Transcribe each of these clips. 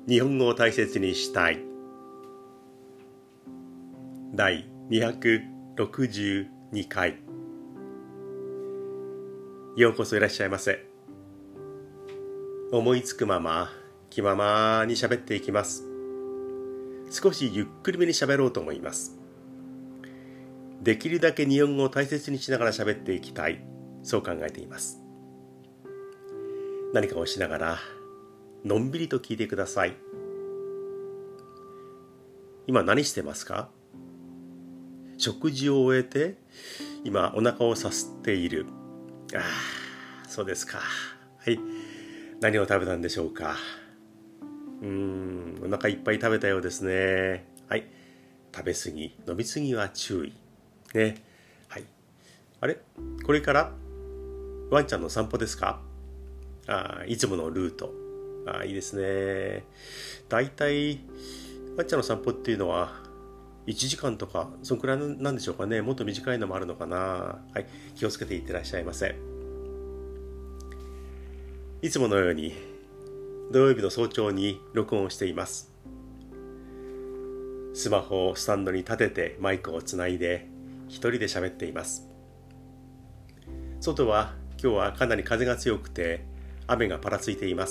日本語を大切にしたい第262回。ようこそいらっしゃいませ。思いつくまま気ままに喋っていきます。少しゆっくりめに喋ろうと思います。できるだけ日本語を大切にしながら喋っていきたい、そう考えています。何かをしながらのんびりと聞いてください。今何してますか？食事を終えて今お腹をさすっている。そうですか。はい。何を食べたんでしょうか？お腹いっぱい食べたようですね。はい。食べ過ぎ、飲み過ぎは注意。ね。はい。あれ？これからワンちゃんの散歩ですか？いつものルート。いいですね。だいたいワンちゃんの散歩っていうのは1時間とかそのくらいなんでしょうかね。もっと短いのもあるのかな。はい。気をつけていってらっしゃいませ。いつものように土曜日の早朝に録音をしています。スマホをスタンドに立ててマイクをつないで一人で喋っています。外は今日はかなり風が強くて雨がぱらついています。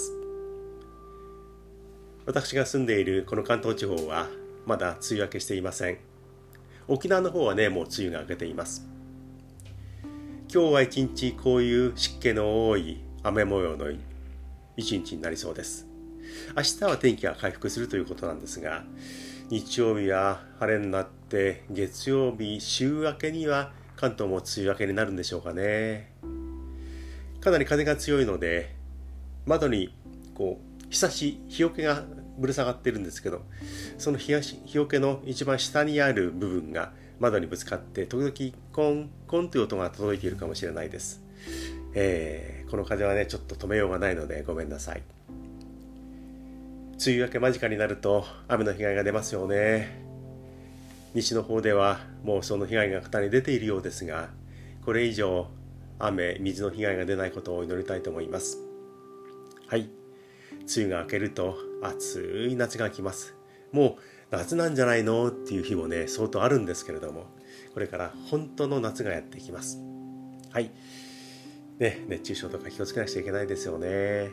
私が住んでいるこの関東地方はまだ梅雨明けしていません。沖縄の方はね、もう梅雨が明けています。今日は一日こういう湿気の多い雨模様の一日になりそうです。明日は天気が回復するということなんですが、日曜日は晴れになって月曜日週明けには関東も梅雨明けになるんでしょうかね。かなり風が強いので窓に日よけがぶら下がってるんですけど、その日よけの一番下にある部分が窓にぶつかって時々コンコンという音が届いているかもしれないです。この風はねちょっと止めようがないのでごめんなさい。梅雨明け間近になると雨の被害が出ますよね。西の方ではもうその被害がかなり出ているようですが、これ以上雨水の被害が出ないことを祈りたいと思います。はい。梅雨が明けると暑い夏が来ます。もう夏なんじゃないのっていう日もね相当あるんですけれども、これから本当の夏がやってきます。はい。ね、熱中症とか気をつけなくちゃいけないですよね。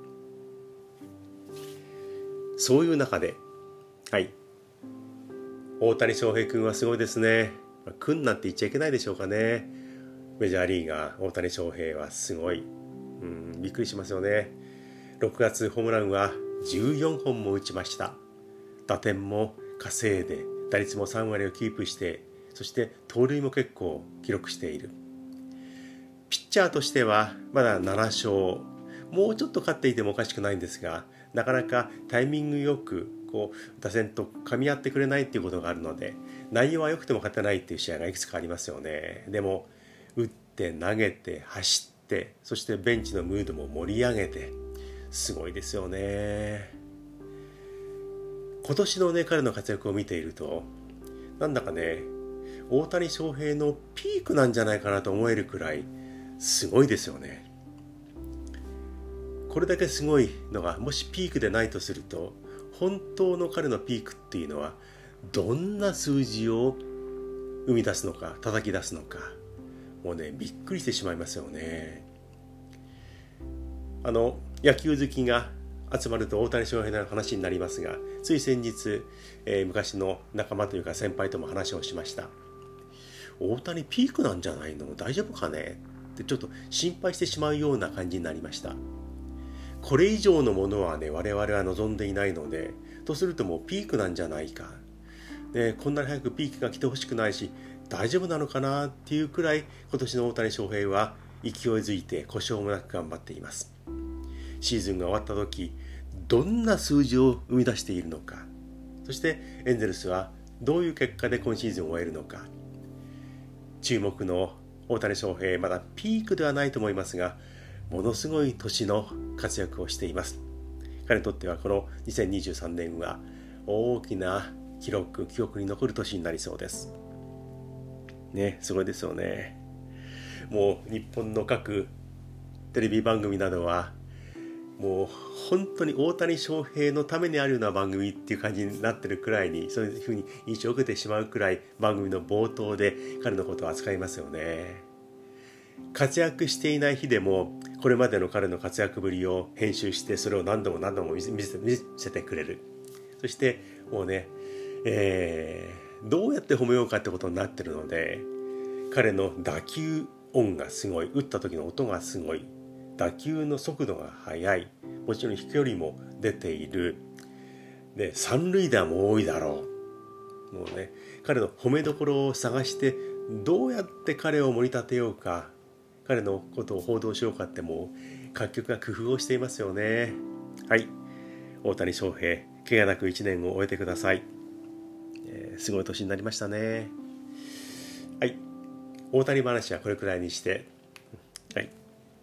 そういう中で、はい。大谷翔平君はすごいですね。君なんて言っちゃいけないでしょうかね。メジャーリーガー大谷翔平はすごい。びっくりしますよね。6月ホームランは14本も打ちました。打点も稼いで打率も3割をキープして、そして盗塁も結構記録している。ピッチャーとしてはまだ7勝、もうちょっと勝っていてもおかしくないんですが、なかなかタイミングよく打線と噛み合ってくれないっていうことがあるので、内容は良くても勝てないっていう試合がいくつかありますよね。でも打って投げて走って、そしてベンチのムードも盛り上げて、すごいですよね。今年のね彼の活躍を見ていると、なんだかね大谷翔平のピークなんじゃないかなと思えるくらいすごいですよね。これだけすごいのがもしピークでないとすると、本当の彼のピークっていうのはどんな数字を生み出すのか、叩き出すのか、もうねびっくりしてしまいますよね。野球好きが集まると大谷翔平の話になりますが、つい先日、昔の仲間というか先輩とも話をしました。大谷ピークなんじゃないの？大丈夫かね？ってちょっと心配してしまうような感じになりました。これ以上のものはね我々は望んでいないので、とするともうピークなんじゃないか、でこんなに早くピークが来てほしくないし、大丈夫なのかなっていうくらい今年の大谷翔平は勢いづいて故障もなく頑張っています。シーズンが終わった時どんな数字を生み出しているのか、そしてエンゼルスはどういう結果で今シーズンを終えるのか。注目の大谷翔平、まだピークではないと思いますが、ものすごい年の活躍をしています。彼にとってはこの2023年は大きな記憶に残る年になりそうですね。すごいですよね。もう日本の各テレビ番組などはもう本当に大谷翔平のためにあるような番組っていう感じになってるくらいに、そういうふうに印象を受けてしまうくらい番組の冒頭で彼のことを扱いますよね。活躍していない日でもこれまでの彼の活躍ぶりを編集して、それを何度も何度も見せてくれる。そしてもうね、どうやって褒めようかってことになってるので、彼の打球音がすごい、打った時の音がすごい、打球の速度が速い、もちろん飛距離も出ている、で三塁打も多いだろう。もうね、彼の褒めどころを探してどうやって彼を盛り立てようか、彼のことを報道しようかって、もう各局が工夫をしていますよね。はい、大谷翔平、怪我なく1年を終えてください。すごい年になりましたね。はい、大谷話はこれくらいにして、はい、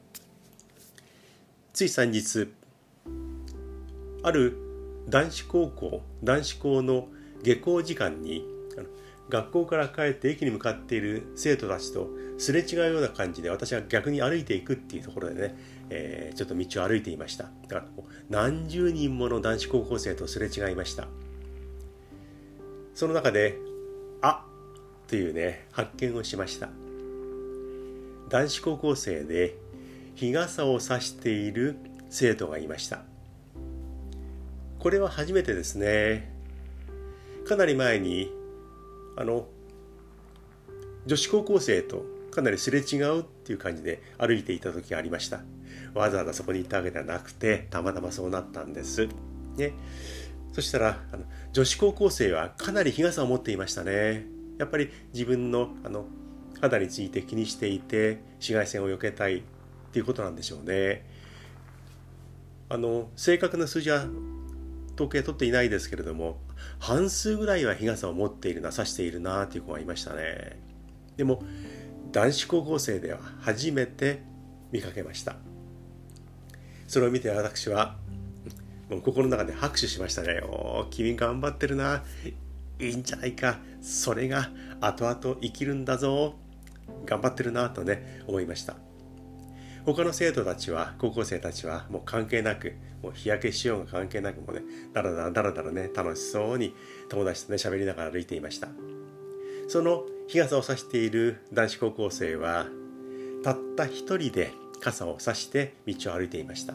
つい先日、ある男子校の下校時間に、学校から帰って駅に向かっている生徒たちとすれ違うような感じで、私は逆に歩いていくっていうところでね、ちょっと道を歩いていました。だから何十人もの男子高校生とすれ違いました。その中でというね、発見をしました。男子高校生で日傘を差している生徒がいました。これは初めてですね。かなり前に女子高校生とかなりすれ違うっていう感じで歩いていた時がありました。わざわざそこに行ったわけではなくて、たまたまそうなったんですね。そしたら女子高校生はかなり日傘を持っていましたね。やっぱり自分の肌について気にしていて、紫外線を避けたいっていうことなんでしょうね。正確な数字は統計取っていないですけれども、半数ぐらいは日傘を持っているな、差しているなという子がいましたね。でも男子高校生では初めて見かけました。それを見て私はもう心の中で拍手しましたね。君頑張ってるな、いいんじゃないか、それが後々生きるんだぞ、頑張ってるなとね、思いました。他の生徒たちは、高校生たちはもう関係なく、もう日焼けしようが関係なく、もうね、だらだらね、楽しそうに友達とね、喋りながら歩いていました。その日傘を差している男子高校生は、たった一人で傘を差して道を歩いていました。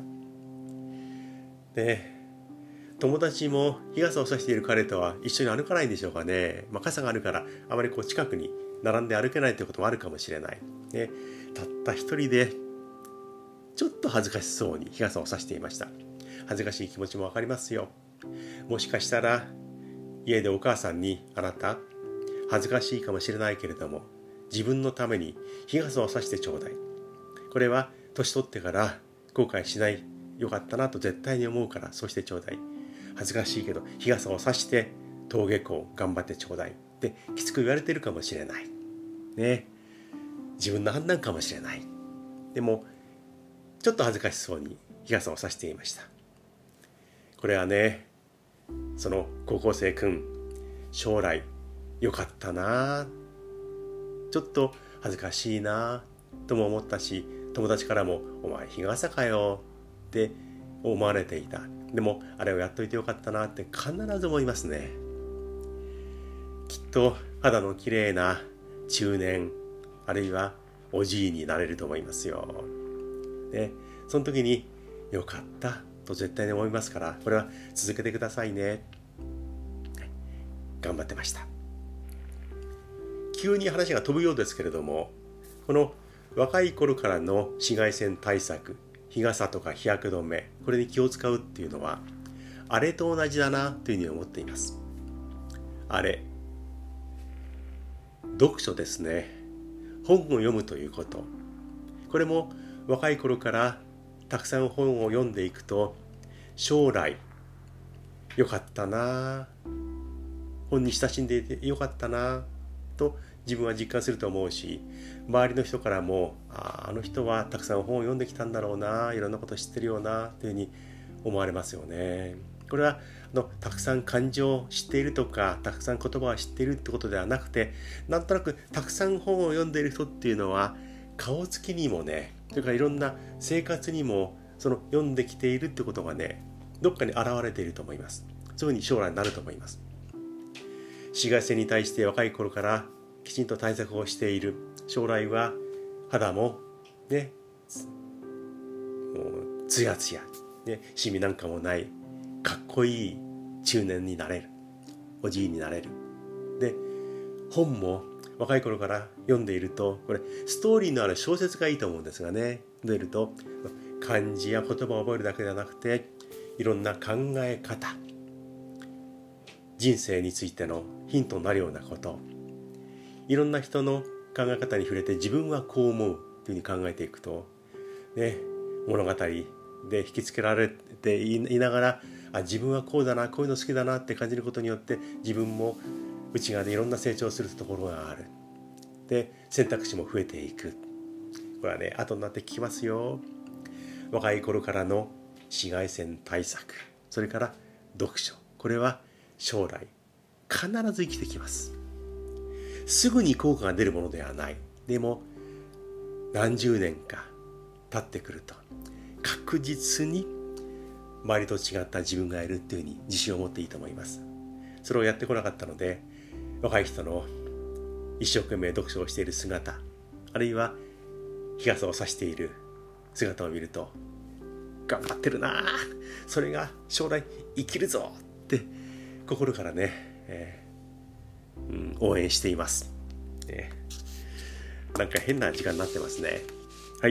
で、友達も日傘を差している彼とは一緒に歩かないんでしょうかね。傘があるからあまり近くに並んで歩けないということもあるかもしれない、ね、たった一人でちょっと恥ずかしそうに日傘を差していました。恥ずかしい気持ちもわかりますよ。もしかしたら家でお母さんに、あなた恥ずかしいかもしれないけれども自分のために日傘を差してちょうだい、これは年取ってから後悔しない、よかったなと絶対に思うからそうしてちょうだい、恥ずかしいけど日傘を差して登下校頑張ってちょうだいってきつく言われてるかもしれないね。自分の判断かもしれない。でもちょっと恥ずかしそうに日傘を差していました。これはね、その高校生くん、将来よかったな、ちょっと恥ずかしいなとも思ったし、友達からもお前日傘かよって思われていた。でもあれをやっといてよかったなって必ず思いますね。きっと肌の綺麗な中年、あるいはおじいになれると思いますよ。で、その時によかったと絶対に思いますから、これは続けてくださいね。頑張ってました。急に話が飛ぶようですけれども、この若い頃からの紫外線対策、日傘とか日焼け止め、これに気を使うっていうのはあれと同じだなというふうに思っています。あれ、読書ですね。本を読むということ、これも若い頃からたくさん本を読んでいくと、将来よかったな、本に親しんでいてよかったなと自分は実感すると思うし、周りの人からもあの人はたくさん本を読んできたんだろうな、いろんなこと知ってるよなというふうに思われますよね。これはたくさん漢字を知っているとか、たくさん言葉を知っているってことではなくて、なんとなくたくさん本を読んでいる人っていうのは顔つきにもね、それからいろんな生活にもその読んできているってことがね、どっかに現れていると思います。そういうふうに将来になると思います。紫外線に対して若い頃からきちんと対策をしている。将来は肌もね、もうツヤツヤ、ね、シミなんかもないかっこいい中年になれる、おじいになれる。で、本も若い頃から読んでいると、これストーリーのある小説がいいと思うんですがね、読んでいると漢字や言葉を覚えるだけではなくて、いろんな考え方、人生についてのヒントになるようなこと、いろんな人の考え方に触れて自分はこう思うというふうに考えていくと、ね、物語で引きつけられていながら、自分はこうだな、こういうの好きだなって感じることによって、自分も内側でいろんな成長するところがある。で、選択肢も増えていく。これはね、後になって聞きますよ。若い頃からの紫外線対策、それから読書、これは将来必ず生きてきます。すぐに効果が出るものではない。でも何十年か経ってくると確実に周りと違った自分がいるっていうふうに自信を持っていいと思います。それをやってこなかったので、若い人の一生懸命読書をしている姿、あるいは日傘を差している姿を見ると、頑張ってるな、それが将来生きるぞって心からね、応援しています、なんか変な時間になってますね。はい。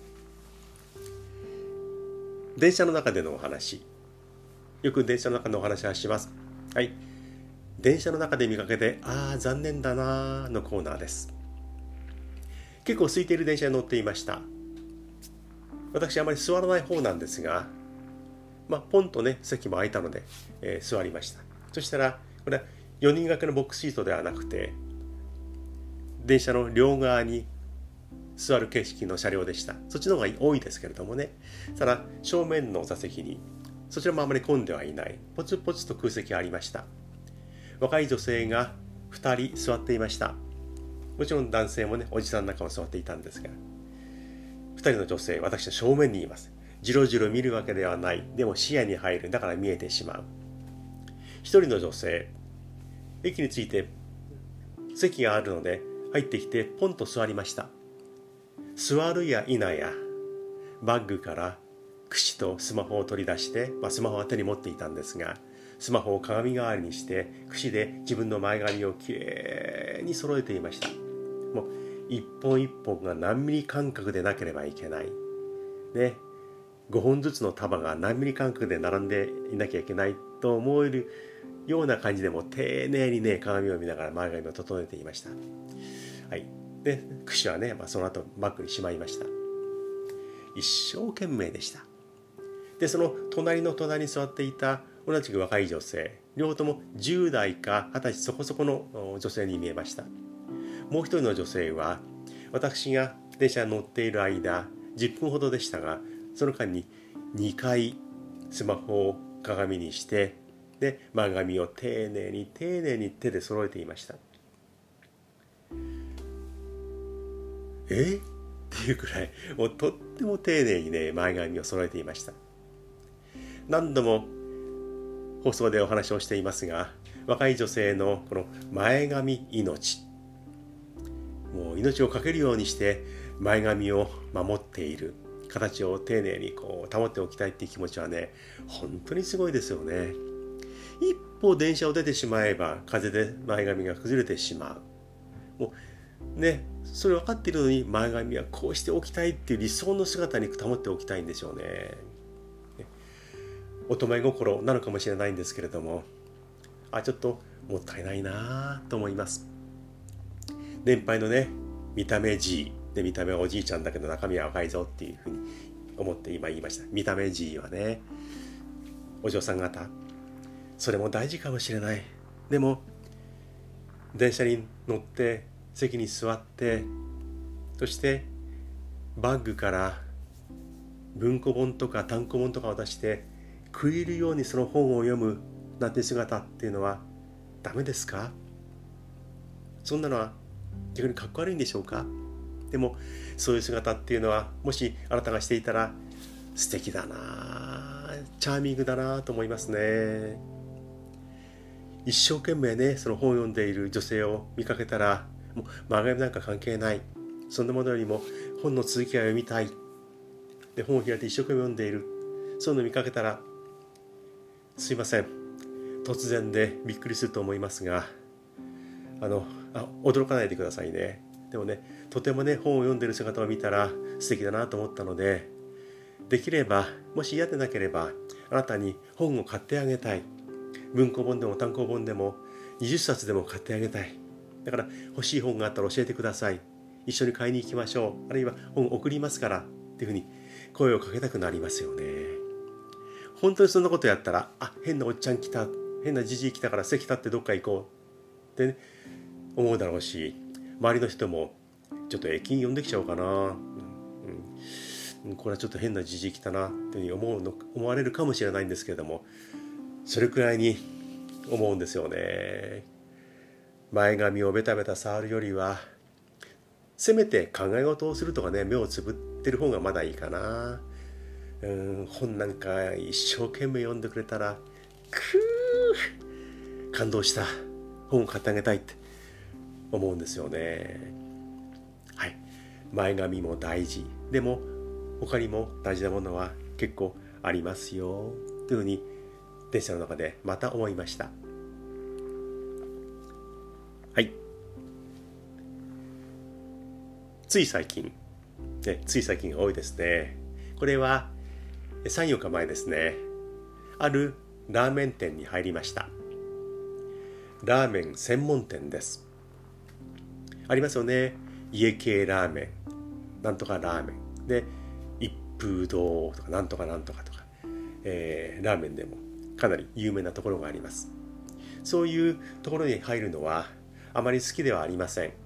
電車の中でのお話、よく電車の中のお話はします。はい。電車の中で見かけて残念だなのコーナーです。結構空いている電車に乗っていました。私あまり座らない方なんですが、ポンとね席も空いたので、座りました。そしたらこれは4人掛けのボックスシートではなくて、電車の両側に座る形式の車両でした。そっちの方が多いですけれどもね。ただ正面の座席に、そちらもあまり混んではいない、ポツポツと空席がありました。若い女性が2人座っていました。もちろん男性もね、おじさんなんかも座っていたんですが、2人の女性、私の正面にいます。じろじろ見るわけではない。でも視野に入る。だから見えてしまう。1人の女性、駅に着いて席があるので入ってきてポンと座りました。座るや否や、バッグから櫛とスマホを取り出して、スマホは手に持っていたんですが、スマホを鏡代わりにして櫛で自分の前髪をきれいに揃えていました。もう一本一本が何ミリ間隔でなければいけない、ね、5本ずつの束が何ミリ間隔で並んでいなきゃいけないと思えるような感じでも丁寧にね、鏡を見ながら前髪を整えていました。はい。で、櫛はね、その後バッグにしまいました。一生懸命でした。で、その隣の隣に座っていた同じく若い女性、両方とも10代か20歳そこそこの女性に見えました。もう一人の女性は、私が電車に乗っている間10分ほどでしたが、その間に2回スマホを鏡にして、で前髪を丁寧に丁寧に手で揃えていました。っていうくらい、もうとっても丁寧にね、前髪を揃えていました。何度も放送でお話をしていますが、若い女性のこの前髪命、もう命をかけるようにして前髪を守っている、形を丁寧にこう保っておきたいっていう気持ちはね、本当にすごいですよね。一歩電車を出てしまえば風で前髪が崩れてしまう。もうね、それ分かっているのに前髪はこうしておきたいっていう理想の姿に保っておきたいんでしょうね。乙女心なのかもしれないんですけれども、ちょっともったいないなと思います。年配のね、見た目 G で、見た目はおじいちゃんだけど中身は若いぞっていうふうに思って今言いました。見た目 G はね、お嬢さん方、それも大事かもしれない。でも電車に乗って席に座って、そしてバッグから文庫本とか単行本とかを出して食い入るようにその本を読むなんて姿っていうのはダメですか？そんなのは逆にかっこ悪いんでしょうか？でもそういう姿っていうのは、もしあなたがしていたら素敵だな、チャーミングだなと思いますね。一生懸命ねその本を読んでいる女性を見かけたら、もう漫画なんか関係ない、そんなものよりも本の続きが読みたいで本を開いて一生懸命読んでいる、そういうのを見かけたら、すいません、突然でびっくりすると思いますが、驚かないでくださいね。でもね、とてもね本を読んでいる姿を見たら素敵だなと思ったので、できれば、もし嫌でなければ、あなたに本を買ってあげたい。文庫本でも単行本でも20冊でも買ってあげたい。だから欲しい本があったら教えてください。一緒に買いに行きましょう。あるいは本を送りますからっていうふうに声をかけたくなりますよね。本当にそんなことやったら、変なおっちゃん来た、変なじじい来たから席立ってどっか行こうって、ね、思うだろうし、周りの人もちょっと駅員呼んできちゃおうかな、これはちょっと変なじじい来たなっていうふうに思われるかもしれないんですけれども、それくらいに思うんですよね。前髪をベタベタ触るよりは、せめて考え事をするとかね、目をつぶってる方がまだいいかな。本なんか一生懸命読んでくれたら、感動した、本を買ってあげたいって思うんですよね。はい、前髪も大事、でも他にも大事なものは結構ありますよというふうに電車の中でまた思いました。はい、つい最近が多いですね。これは3、4日前ですね。あるラーメン店に入りました。ラーメン専門店です。ありますよね。家系ラーメン、なんとかラーメンで、一風堂とかなんとかなんとかとか、ラーメンでもかなり有名なところがあります。そういうところに入るのはあまり好きではありません。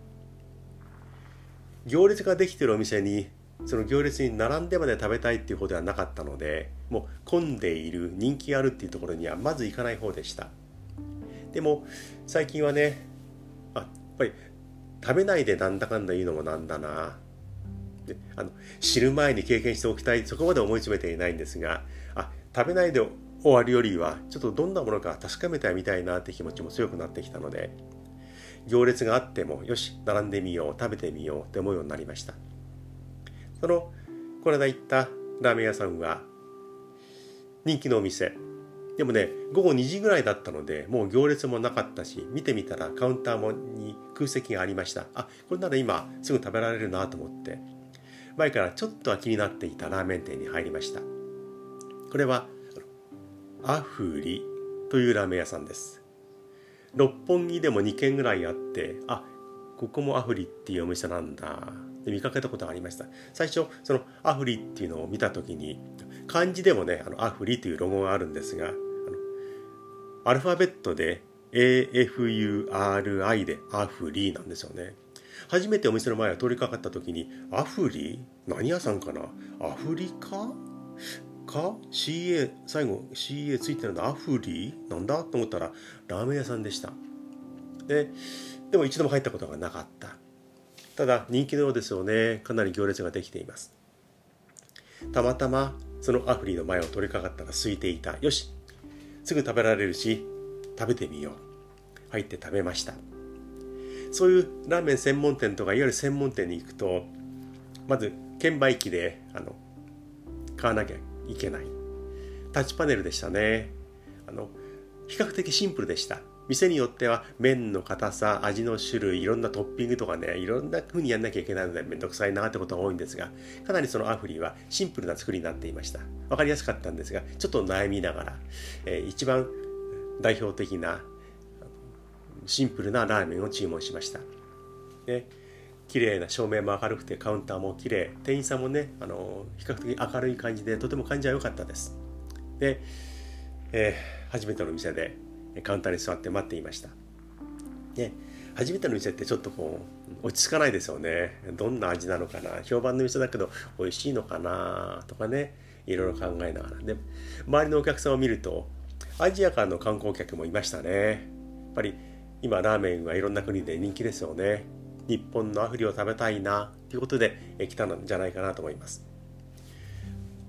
行列ができているお店にその行列に並んでまで食べたいっていう方ではなかったので、もう混んでいる、人気があるっていうところにはまず行かない方でした。でも最近はね、やっぱり食べないでなんだかんだ言うのもなんだな、で知る前に経験しておきたい、そこまで思い詰めていないんですが、食べないで終わるよりはちょっとどんなものか確かめてみたいなって気持ちも強くなってきたので、行列があってもよし並んでみよう、食べてみようって思うようになりました。この間行ったラーメン屋さんは人気のお店でもね、午後2時ぐらいだったのでもう行列もなかったし、見てみたらカウンターに空席がありました。これなら今すぐ食べられるなと思って、前からちょっとは気になっていたラーメン店に入りました。これはアフリというラーメン屋さんです。六本木でも2軒ぐらいあって、ここもアフリっていうお店なんだで見かけたことがありました。最初そのアフリっていうのを見たときに、漢字でもねアフリというロゴがあるんですが、アルファベットで AFURI でアフリなんですよね。初めてお店の前を通りかかったときに、アフリ何屋さんかな、アフリカか CA 最後 CA ついてるのアフリなんだと思ったらラーメン屋さんでした。でも一度も入ったことがなかった。ただ人気のようですよね。かなり行列ができています。たまたまそのアフリの前を通りかかったら空いていた。よし、すぐ食べられるし食べてみよう。入って食べました。そういうラーメン専門店とかいわゆる専門店に行くと、まず券売機で買わなきゃいけない。タッチパネルでしたね。比較的シンプルでした。店によっては麺の硬さ、味の種類、いろんなトッピングとかね、いろんな風にやんなきゃいけないのでめんどくさいなってことが多いんですが、かなりそのアフリはシンプルな作りになっていました。わかりやすかったんですが、ちょっと悩みながら、一番代表的なシンプルなラーメンを注文しました。で、綺麗な照明も明るくてカウンターも綺麗、店員さんもね比較的明るい感じでとても感じは良かったです。で、初めての店でカウンターに座って待っていました。で、初めての店ってちょっと落ち着かないですよね。どんな味なのかな、評判の店だけど美味しいのかなとかね、いろいろ考えながら。で、周りのお客さんを見るとアジアからの観光客もいましたね。やっぱり今ラーメンはいろんな国で人気ですよね。日本のアフリを食べたいなということで来たんじゃないかなと思います。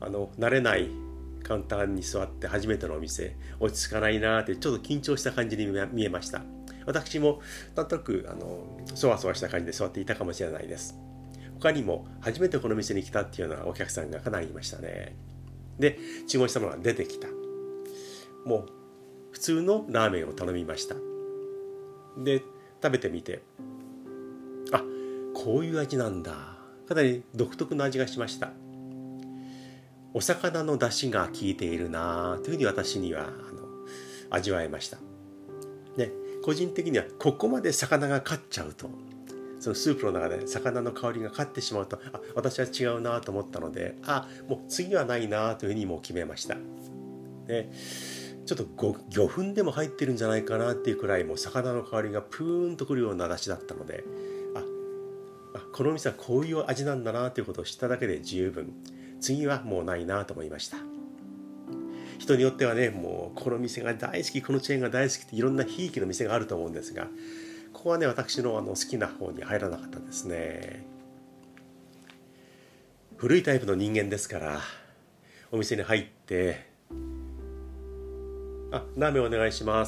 慣れないカウンターに座って初めてのお店、落ち着かないなーってちょっと緊張した感じに見えました。私もなんとなくそわそわした感じで座っていたかもしれないです。他にも初めてこの店に来たっていうようなお客さんがかなりいましたね。で、注文したものが出てきた。もう普通のラーメンを頼みました。で、食べてみて、あ、こういう味なんだ。かなり独特の味がしました。お魚の出汁が効いているなというふうに私には味わえました。で、個人的にはここまで魚が勝っちゃうと、そのスープの中で魚の香りが勝ってしまうと、私は違うなと思ったので、もう次はないなというふうにもう決めました。で、ちょっと魚粉でも入ってるんじゃないかなっていうくらいもう魚の香りがプーンとくるような出汁だったので、この店はこういう味なんだなということを知っただけで十分。次はもうないなと思いました。人によってはね、もうこの店が大好き、このチェーンが大好きっていろんなひいきの店があると思うんですが、ここはね、私の好きな方に入らなかったですね。古いタイプの人間ですから、お店に入って、ラーメンお願いします。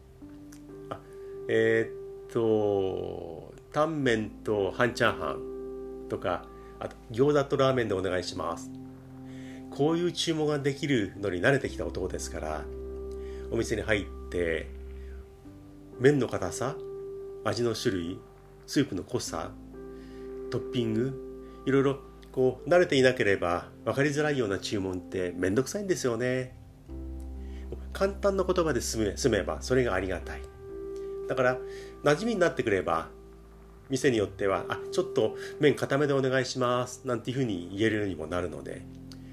タンメンと半チャーハンとか、あと餃子とラーメンでお願いします。こういう注文ができるのに慣れてきた男ですから、お店に入って麺の硬さ、味の種類、スープの濃さ、トッピング、いろいろ慣れていなければ分かりづらいような注文ってめんどくさいんですよね。簡単な言葉で済めばそれがありがたい。だから馴染みになってくれば、店によってはちょっと麺固めでお願いしますなんていうふうに言えるようにもなるので、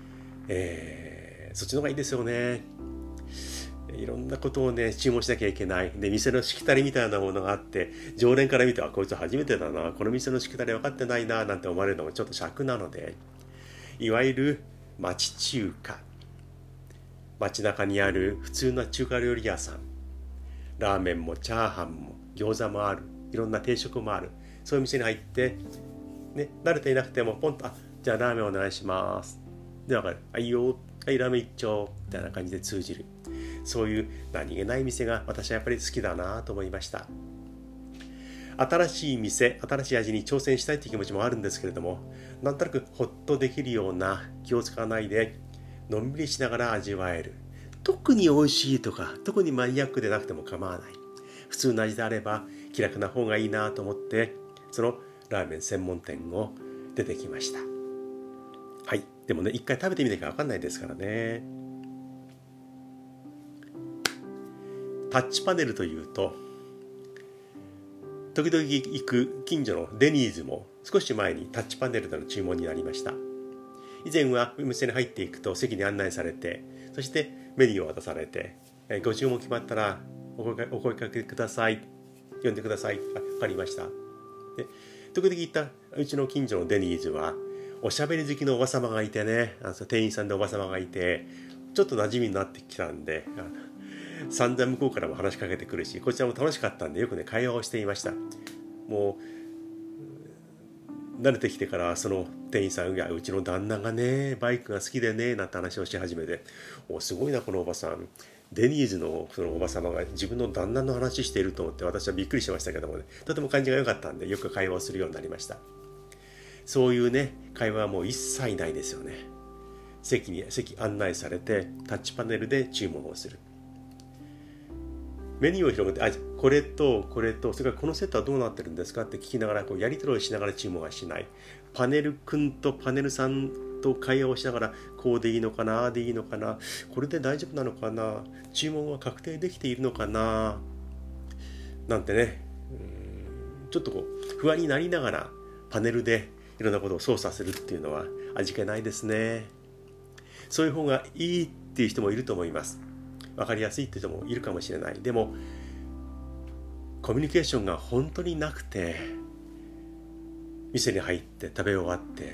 そっちの方がいいですよね。いろんなことをね、注文しなきゃいけない。で、店のしきたりみたいなものがあって、常連から見てこいつ初めてだな、この店のしきたり分かってないななんて思われるのもちょっと尺なので、いわゆる町中華、街中にある普通の中華料理屋さん、ラーメンもチャーハンも餃子もある、いろんな定食もある、そういう店に入って、ね、慣れていなくてもポンとじゃあラーメンお願いしますで分かる、いいよ、はいラーメン一丁みたいな感じで通じる、そういう何気ない店が私はやっぱり好きだなと思いました。新しい店、新しい味に挑戦したいという気持ちもあるんですけれども、なんとなくホッとできるような、気を使わないでのんびりしながら味わえる、特に美味しいとか特にマニアックでなくても構わない、普通の味であれば気楽な方がいいなと思って、そのラーメン専門店を出てきました。はい、でもね、一回食べてみなきゃ分かんないですからね。タッチパネルというと、時々行く近所のデニーズも少し前にタッチパネルでの注文になりました。以前はお店に入っていくと席に案内されて、そしてメニューを渡されて、ご注文決まったらお声かけください、呼んでください、分かりました。で、時々行ったうちの近所のデニーズはおしゃべり好きのおば様がいてね、店員さんでおば様がいて、ちょっと馴染みになってきたんで、散々向こうからも話しかけてくるし、こちらも楽しかったんでよくね会話をしていました。もう慣れてきてからその店員さんが、うちの旦那がねバイクが好きでねなんて話をし始めて、すごいなこのおばさん、デニーズのそのおば様が自分の旦那の話していると思って、私はびっくりしましたけどもね、とても感じが良かったんでよく会話をするようになりました。そういうね会話はもう一切ないですよね。席案内されてタッチパネルで注文をする、メニューを広げて、これとこれとそれからこのセットはどうなってるんですかって聞きながらやり取りをしながら注文はしない。パネル君とパネルさんと会話をしながら、こうでいいのかな、ああでいいのかな、これで大丈夫なのかな、注文は確定できているのかななんてね、ちょっと不安になりながらパネルでいろんなことを操作するっていうのは味気ないですね。そういう方がいいっていう人もいると思います。分かりやすいって人もいるかもしれない。でもコミュニケーションが本当になくて、店に入って食べ終わって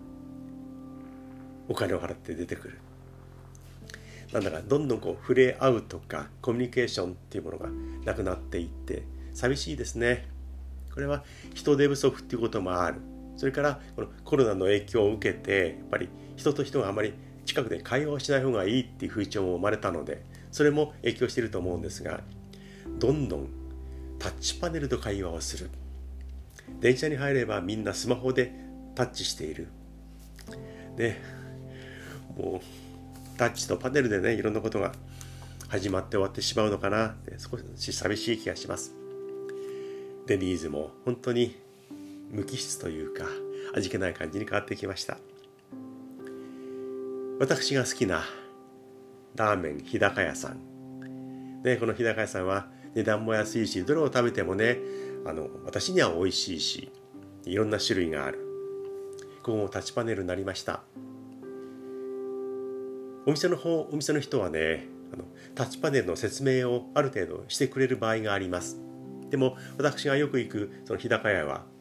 お金を払って出てくる、なんだかどんどん触れ合うとかコミュニケーションっていうものがなくなっていって寂しいですね。これは人手不足っていうこともある。それからこのコロナの影響を受けて、やっぱり人と人があまり近くで会話をしない方がいいっていう風潮も生まれたので、それも影響していると思うんですが、どんどんタッチパネルと会話をする。電車に入ればみんなスマホでタッチしている。ね、もうタッチとパネルでね、いろんなことが始まって終わってしまうのかなって少し寂しい気がします。デニーズも本当に無機質というか味気ない感じに変わってきました。私が好きなラーメン日高屋さんで、この日高屋さんは値段も安いし、どれを食べてもね、私には美味しいし、いろんな種類がある。ここもタッチパネルになりました。お店の人はね、タッチパネルの説明をある程度してくれる場合があります。でも私がよく行くその日高屋は、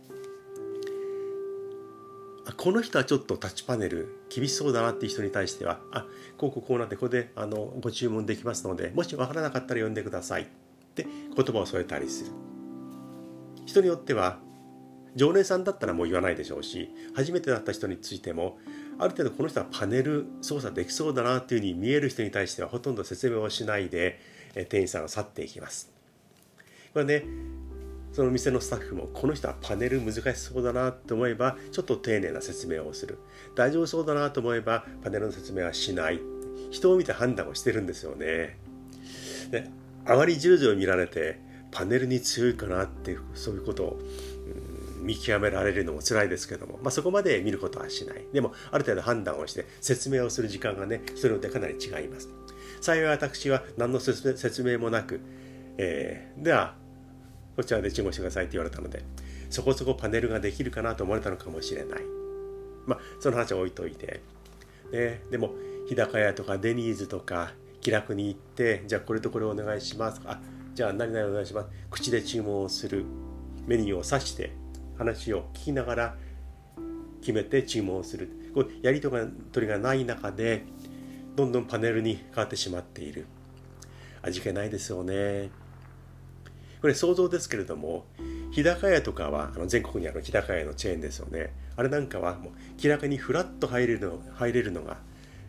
この人はちょっとタッチパネル厳しそうだなっていう人に対しては、こうなって、ここでご注文できますので、もし分からなかったら呼んでくださいって言葉を添えたりする。人によっては常連さんだったらもう言わないでしょうし、初めてだった人についてもある程度この人はパネル操作できそうだなというふうに見える人に対してはほとんど説明をしないで店員さんが去っていきます。これね、その店のスタッフもこの人はパネル難しそうだなと思えばちょっと丁寧な説明をする。大丈夫そうだなと思えばパネルの説明はしない。人を見て判断をしてるんですよね。で、あまりじろじろ見られてパネルに強いかなってそういうことを見極められるのも辛いですけども、そこまで見ることはしない。でもある程度判断をして説明をする時間がね、人によってかなり違います。幸い私は何の説明もなく、ではこちらで注文してくださいって言われたので、そこそこパネルができるかなと思われたのかもしれない。その話は置いといて、でも日高屋とかデニーズとか気楽に行って、じゃあこれとこれお願いしますとか、じゃあ何々お願いします、口で注文をする、メニューを指して話を聞きながら決めて注文をする、こうやり取りがない中でどんどんパネルに変わってしまっている。味気ないですよね。これ想像ですけれども、日高屋とかは全国にある日高屋のチェーンですよね。あれなんかはもう気楽にフラッと入れるのが、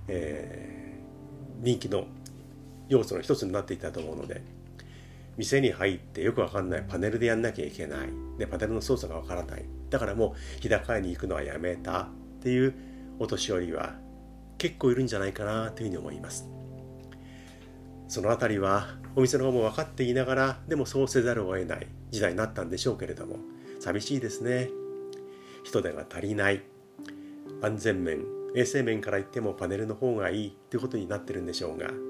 人気の要素の一つになっていたと思うので、店に入ってよくわかんないパネルでやんなきゃいけない、でパネルの操作がわからない、だからもう日高屋に行くのはやめたっていうお年寄りは結構いるんじゃないかなというふうに思います。そのあたりはお店の方も分かっていながら、でもそうせざるを得ない時代になったんでしょうけれども、寂しいですね。人手が足りない、安全面衛生面から言ってもパネルの方がいいということになってるんでしょうが、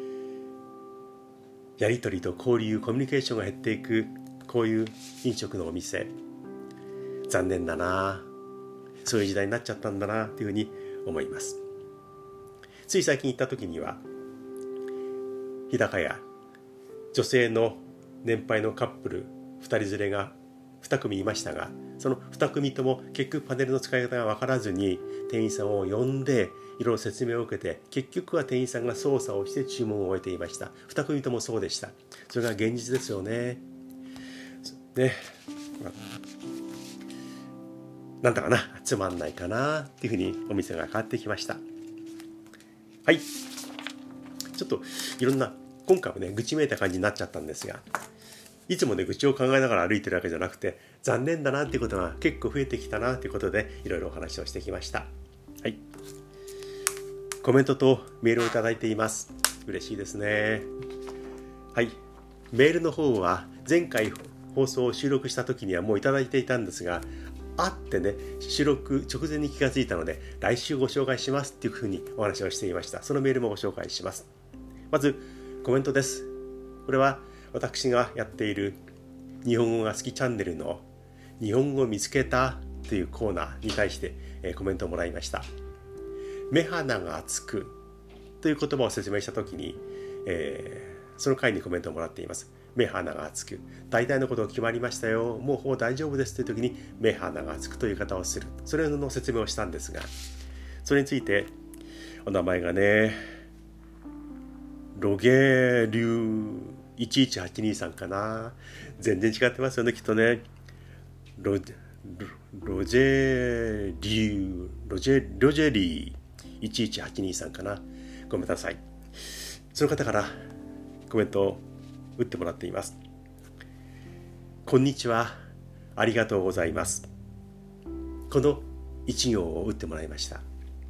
やり取りと交流コミュニケーションが減っていくこういう飲食のお店、残念だな、そういう時代になっちゃったんだなというふうに思います。つい最近行った時には日高屋、女性の年配のカップル2人連れが2組いましたが、その2組とも結局パネルの使い方が分からずに店員さんを呼んでいろいろ説明を受けて、結局は店員さんが操作をして注文を終えていました。2組ともそうでした。それが現実ですよね。なんだかな、つまんないかなっていうふうにお店が変わってきました。はい、ちょっといろんな今回はね愚痴めいた感じになっちゃったんですが、いつもね愚痴を考えながら歩いてるわけじゃなくて、残念だなっていうことが結構増えてきたなということでいろいろお話をしてきました。はい、コメントとメールをいただいています。嬉しいですね。はい、メールの方は前回放送を収録した時にはもういただいていたんですが、あってね、収録直前に気がついたので来週ご紹介しますっていうふうにお話をしていました。そのメールもご紹介します。まずコメントです。これは私がやっている日本語が好きチャンネルの日本語見つけたというコーナーに対してコメントをもらいました。目鼻がつくという言葉を説明したときに、その回にコメントをもらっています。目鼻がつく、大体のことが決まりましたよ、もうほぼ大丈夫ですというときに目鼻がつくという言い方をする、それの説明をしたんですが、それについてお名前がね、ロゲリュー1182さんかな、全然違ってますよねきっとね。ロジェリー 1182さんかな。ごめんなさい。その方からコメントを打ってもらっています。こんにちは。ありがとうございます。この1行を打ってもらいました。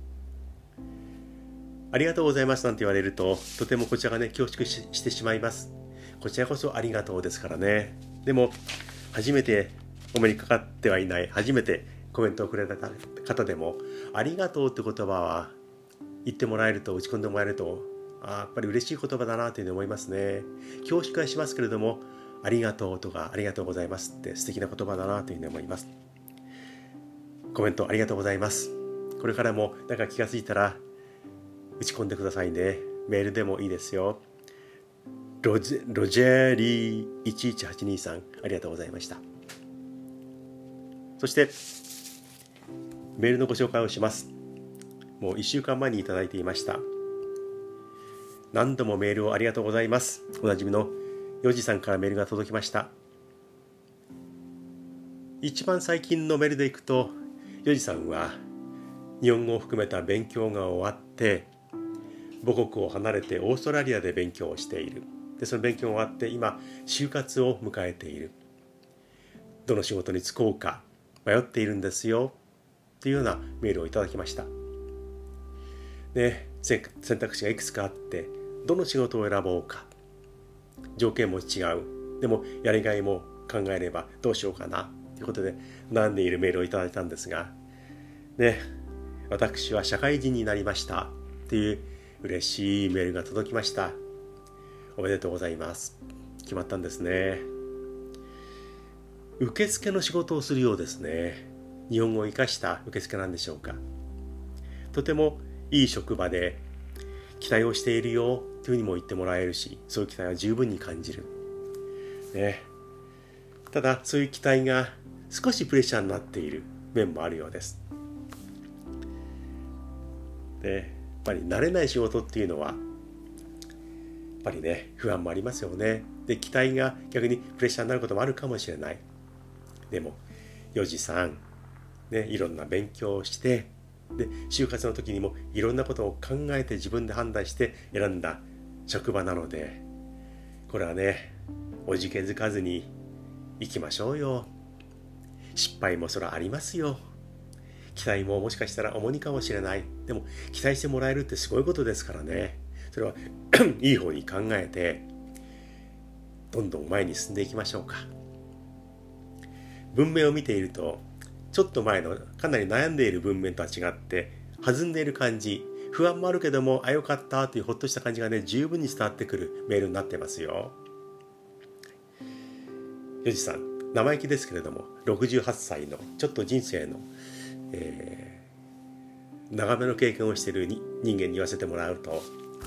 ありがとうございますなんて言われると、とてもこちらがね、恐縮してしまいます。こちらこそありがとうですからね。でも、初めてお目にかかってはいない、初めてコメントをくれた方でも、ありがとうって言葉は言ってもらえると、打ち込んでもらえると、やっぱり嬉しい言葉だなというふうに思いますね。恐縮はしますけれども、ありがとうとかありがとうございますって素敵な言葉だなというふうに思います。コメントありがとうございます。これからもなんか気がついたら打ち込んでくださいね。メールでもいいですよ。ロジェーリー11823さん、ありがとうございました。そしてメールのご紹介をします。もう1週間前にいただいていました。何度もメールをありがとうございます。おなじみのヨジさんからメールが届きました。一番最近のメールでいくと、ヨジさんは日本語を含めた勉強が終わって母国を離れてオーストラリアで勉強をしている。でその勉強が終わって今就活を迎えている。どの仕事に就こうか迷っているんですよというようなメールをいただきました。選択肢がいくつかあって、どの仕事を選ぼうか、条件も違う、でもやりがいも考えればどうしようかなということで悩んでいるメールをいただいたんですが、私は社会人になりましたという嬉しいメールが届きました。おめでとうございます。決まったんですね。受付の仕事をするようですね。日本語を生かした受付なんでしょうか。とてもいい職場で期待をしているよというふうにも言ってもらえるし、そういう期待は十分に感じる。ただそういう期待が少しプレッシャーになっている面もあるようです。やっぱり慣れない仕事っていうのはやっぱり不安もありますよね。で期待が逆にプレッシャーになることもあるかもしれない。でもヨジさん、いろんな勉強をして就活の時にもいろんなことを考えて自分で判断して選んだ職場なので、これはおじけづかずに行きましょうよ。失敗もそらありますよ。期待ももしかしたら重荷かもしれない。でも期待してもらえるってすごいことですからね。それはいい方に考えてどんどん前に進んでいきましょうか。文面を見ているとちょっと前のかなり悩んでいる文面とは違って弾んでいる感じ、不安もあるけどもよかったというほっとした感じが十分に伝わってくるメールになってますよ。ヨジさん、生意気ですけれども68歳のちょっと人生の、長めの経験をしている人間に言わせてもらうと、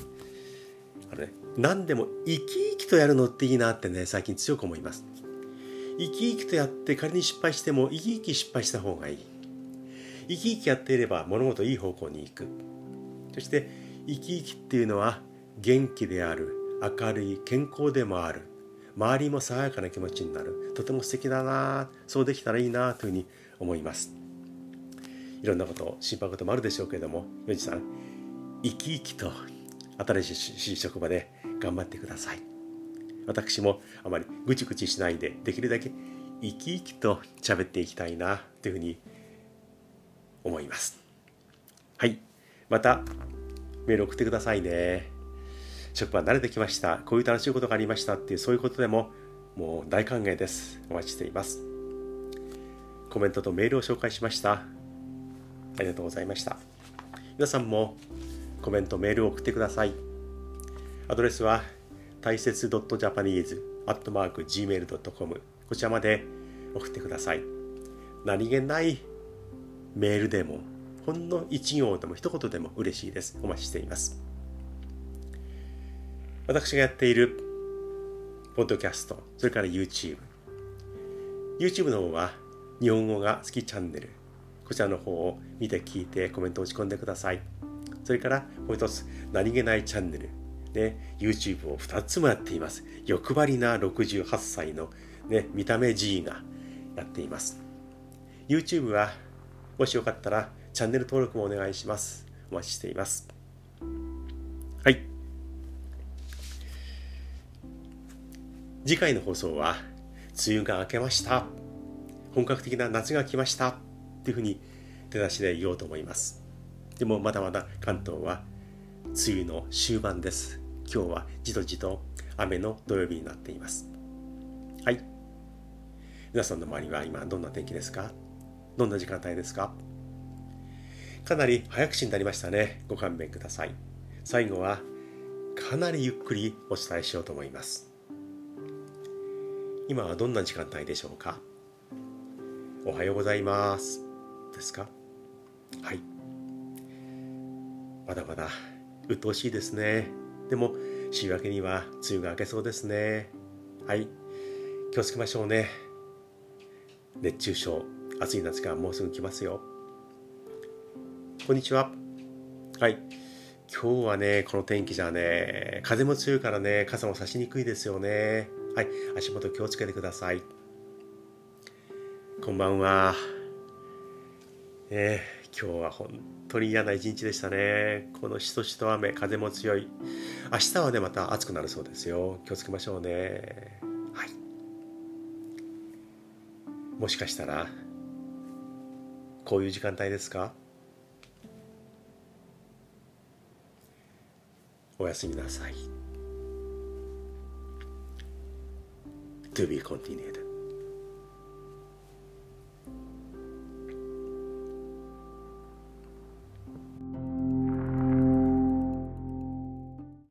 何でも生き生きとやるのっていいなって最近強く思います。生き生きとやって仮に失敗しても生き生き失敗した方がいい。生き生きやっていれば物事いい方向に行く。そして生き生きっていうのは元気である、明るい、健康でもある、周りも爽やかな気持ちになる。とても素敵だな、そうできたらいいなというふうに思います。いろんなこと心配事もあるでしょうけれども、ヨジさん生き生きと新しい職場で頑張ってください。私もあまりぐちぐちしないでできるだけ生き生きと喋っていきたいなというふうに思います。はい、またメール送ってくださいね。職場慣れてきました、こういう楽しいことがありましたっていうそういうことでももう大歓迎です。お待ちしています。コメントとメールを紹介しました。ありがとうございました。皆さんもコメントメールを送ってください。アドレスは大切 .japanese@gmail.com こちらまで送ってください。何気ないメールでもほんの一行でも一言でも嬉しいです。お待ちしています。私がやっているポッドキャスト、それから YouTube の方は日本語が好きチャンネル、こちらの方を見て聞いてコメントを打ち込んでください。それからもう一つ、何気ないチャンネルYouTube を2つもやっています。欲張りな68歳の、見た目 G がやっています。YouTube はもしよかったらチャンネル登録もお願いします。 お待ちしています。はい。次回の放送は、梅雨が明けました。本格的な夏が来ました。っていうふうに出だしで言おうと思います。でもまだまだ関東は梅雨の終盤です。今日はじとじと雨の土曜日になっています。はい。皆さんの周りは今どんな天気ですか？どんな時間帯ですか？かなり早口になりましたね。ご勘弁ください。最後はかなりゆっくりお伝えしようと思います。今はどんな時間帯でしょうか？おはようございますですか？はい。まだまだ鬱陶しいですね。でも週明けには梅雨が明けそうですね。はい。気をつけましょうね。熱中症、暑い夏がもうすぐ来ますよ。こんにちは。はい。今日はね、この天気じゃね、風も強いからね、傘も差しにくいですよね。はい。足元気をつけてください。こんばんは。今日は本当に嫌な一日でしたね。このしとしと雨、風も強い。明日はね、また暑くなるそうですよ。気をつけましょうね。はい。もしかしたら、こういう時間帯ですか？おやすみなさい。To be continued.